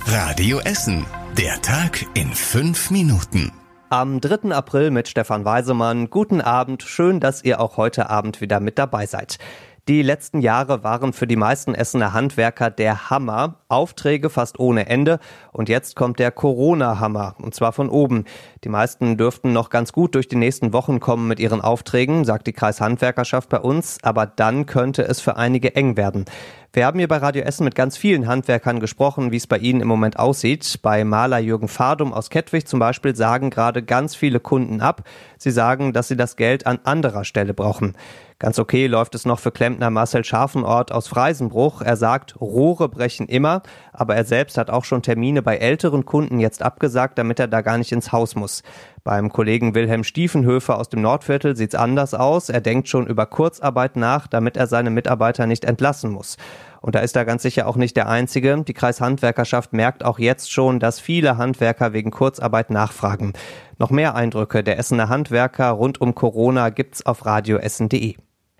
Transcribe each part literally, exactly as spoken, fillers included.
Radio Essen. Der Tag in fünf Minuten. Am dritten April mit Stefan Weisemann. Guten Abend. Schön, dass ihr auch heute Abend wieder mit dabei seid. Die letzten Jahre waren für die meisten Essener Handwerker der Hammer. Aufträge fast ohne Ende. Und jetzt kommt der Corona-Hammer. Und zwar von oben. Die meisten dürften noch ganz gut durch die nächsten Wochen kommen mit ihren Aufträgen, sagt die Kreishandwerkerschaft bei uns. Aber dann könnte es für einige eng werden. Wir haben hier bei Radio Essen mit ganz vielen Handwerkern gesprochen, wie es bei ihnen im Moment aussieht. Bei Maler Jürgen Fadum aus Kettwig zum Beispiel sagen gerade ganz viele Kunden ab. Sie sagen, dass sie das Geld an anderer Stelle brauchen. Ganz okay läuft es noch für Klempner Marcel Scharfenort aus Freisenbruch. Er sagt, Rohre brechen immer, aber er selbst hat auch schon Termine bei älteren Kunden jetzt abgesagt, damit er da gar nicht ins Haus muss. Beim Kollegen Wilhelm Stiefenhöfer aus dem Nordviertel sieht's anders aus. Er denkt schon über Kurzarbeit nach, damit er seine Mitarbeiter nicht entlassen muss. Und da ist er ganz sicher auch nicht der Einzige. Die Kreishandwerkerschaft merkt auch jetzt schon, dass viele Handwerker wegen Kurzarbeit nachfragen. Noch mehr Eindrücke der Essener Handwerker rund um Corona gibt's auf radioessen punkt de.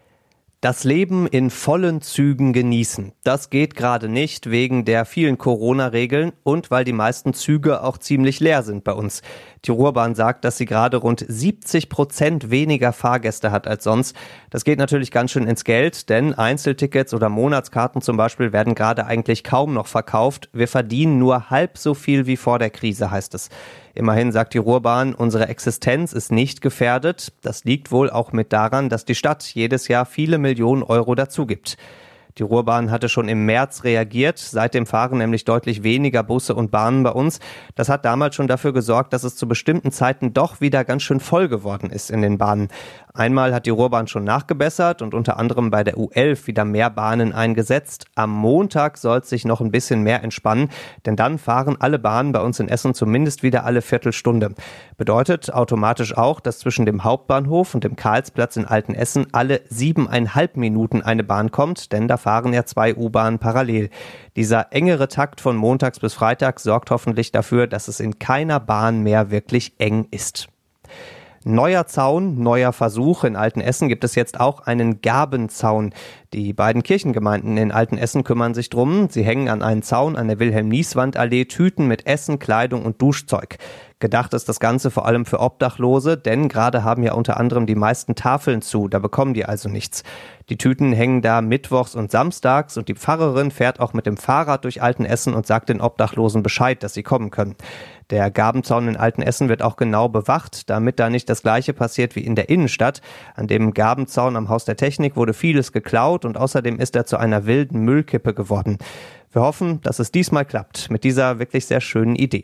Das Leben in vollen Zügen genießen. Das geht gerade nicht wegen der vielen Corona-Regeln und weil die meisten Züge auch ziemlich leer sind bei uns. Die Ruhrbahn sagt, dass sie gerade rund siebzig Prozent weniger Fahrgäste hat als sonst. Das geht natürlich ganz schön ins Geld, denn Einzeltickets oder Monatskarten zum Beispiel werden gerade eigentlich kaum noch verkauft. Wir verdienen nur halb so viel wie vor der Krise, heißt es. Immerhin sagt die Ruhrbahn, unsere Existenz ist nicht gefährdet. Das liegt wohl auch mit daran, dass die Stadt jedes Jahr viele Millionen Euro dazu gibt. Die Ruhrbahn hatte schon im März reagiert. Seitdem fahren nämlich deutlich weniger Busse und Bahnen bei uns. Das hat damals schon dafür gesorgt, dass es zu bestimmten Zeiten doch wieder ganz schön voll geworden ist in den Bahnen. Einmal hat die Ruhrbahn schon nachgebessert und unter anderem bei der U elf wieder mehr Bahnen eingesetzt. Am Montag soll es sich noch ein bisschen mehr entspannen, denn dann fahren alle Bahnen bei uns in Essen zumindest wieder alle Viertelstunde. Bedeutet automatisch auch, dass zwischen dem Hauptbahnhof und dem Karlsplatz in Altenessen alle siebeneinhalb Minuten eine Bahn kommt, denn da fahren ja zwei U-Bahnen parallel. Dieser engere Takt von montags bis freitags sorgt hoffentlich dafür, dass es in keiner Bahn mehr wirklich eng ist. Neuer Zaun, neuer Versuch. In Altenessen gibt es jetzt auch einen Gabenzaun. Die beiden Kirchengemeinden in Altenessen kümmern sich drum. Sie hängen an einen Zaun an der Wilhelm-Nieswand-Allee Tüten mit Essen, Kleidung und Duschzeug. Gedacht ist das Ganze vor allem für Obdachlose, denn gerade haben ja unter anderem die meisten Tafeln zu, da bekommen die also nichts. Die Tüten hängen da mittwochs und samstags und die Pfarrerin fährt auch mit dem Fahrrad durch Altenessen und sagt den Obdachlosen Bescheid, dass sie kommen können. Der Gabenzaun in Altenessen wird auch genau bewacht, damit da nicht das Gleiche passiert wie in der Innenstadt. An dem Gabenzaun am Haus der Technik wurde vieles geklaut und außerdem ist er zu einer wilden Müllkippe geworden. Wir hoffen, dass es diesmal klappt mit dieser wirklich sehr schönen Idee.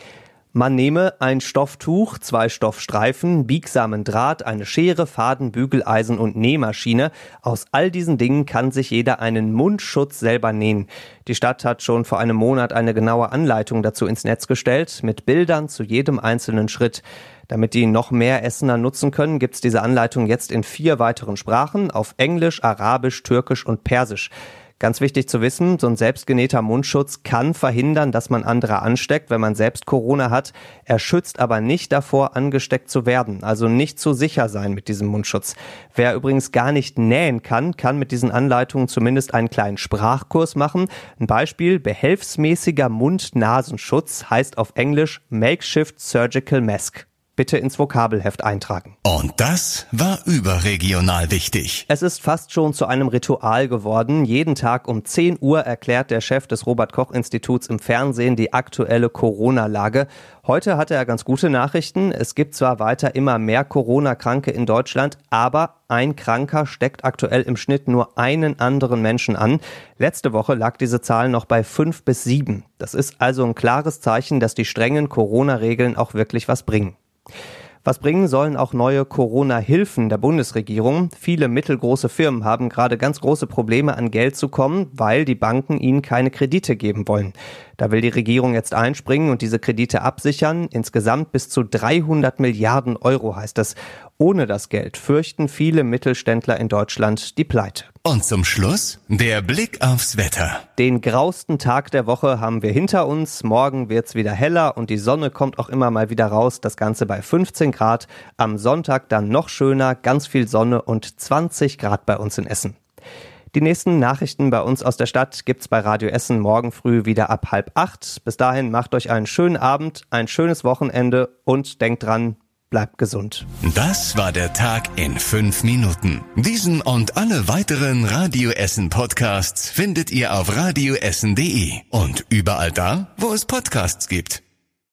Man nehme ein Stofftuch, zwei Stoffstreifen, biegsamen Draht, eine Schere, Faden, Bügeleisen und Nähmaschine. Aus all diesen Dingen kann sich jeder einen Mundschutz selber nähen. Die Stadt hat schon vor einem Monat eine genaue Anleitung dazu ins Netz gestellt, mit Bildern zu jedem einzelnen Schritt. Damit die noch mehr Essener nutzen können, gibt's diese Anleitung jetzt in vier weiteren Sprachen, auf Englisch, Arabisch, Türkisch und Persisch. Ganz wichtig zu wissen, so ein selbstgenähter Mundschutz kann verhindern, dass man andere ansteckt, wenn man selbst Corona hat. Er schützt aber nicht davor, angesteckt zu werden, also nicht zu sicher sein mit diesem Mundschutz. Wer übrigens gar nicht nähen kann, kann mit diesen Anleitungen zumindest einen kleinen Sprachkurs machen. Ein Beispiel: behelfsmäßiger Mund-Nasenschutz heißt auf Englisch Makeshift Surgical Mask. Bitte ins Vokabelheft eintragen. Und das war überregional wichtig. Es ist fast schon zu einem Ritual geworden. Jeden Tag um zehn Uhr erklärt der Chef des Robert-Koch-Instituts im Fernsehen die aktuelle Corona-Lage. Heute hatte er ganz gute Nachrichten. Es gibt zwar weiter immer mehr Corona-Kranke in Deutschland, aber ein Kranker steckt aktuell im Schnitt nur einen anderen Menschen an. Letzte Woche lag diese Zahl noch bei fünf bis sieben. Das ist also ein klares Zeichen, dass die strengen Corona-Regeln auch wirklich was bringen. Was bringen sollen auch neue Corona-Hilfen der Bundesregierung? Viele mittelgroße Firmen haben gerade ganz große Probleme, an Geld zu kommen, weil die Banken ihnen keine Kredite geben wollen. Da will die Regierung jetzt einspringen und diese Kredite absichern. Insgesamt bis zu dreihundert Milliarden Euro heißt es. Ohne das Geld fürchten viele Mittelständler in Deutschland die Pleite. Und zum Schluss der Blick aufs Wetter. Den grausten Tag der Woche haben wir hinter uns. Morgen wird's wieder heller und die Sonne kommt auch immer mal wieder raus. Das Ganze bei fünfzehn Grad. Am Sonntag dann noch schöner, ganz viel Sonne und zwanzig Grad bei uns in Essen. Die nächsten Nachrichten bei uns aus der Stadt gibt's bei Radio Essen morgen früh wieder ab halb acht. Bis dahin macht euch einen schönen Abend, ein schönes Wochenende und denkt dran, bleibt gesund. Das war der Tag in fünf Minuten. Diesen und alle weiteren Radio Essen Podcasts findet ihr auf radioessen punkt de und überall da, wo es Podcasts gibt.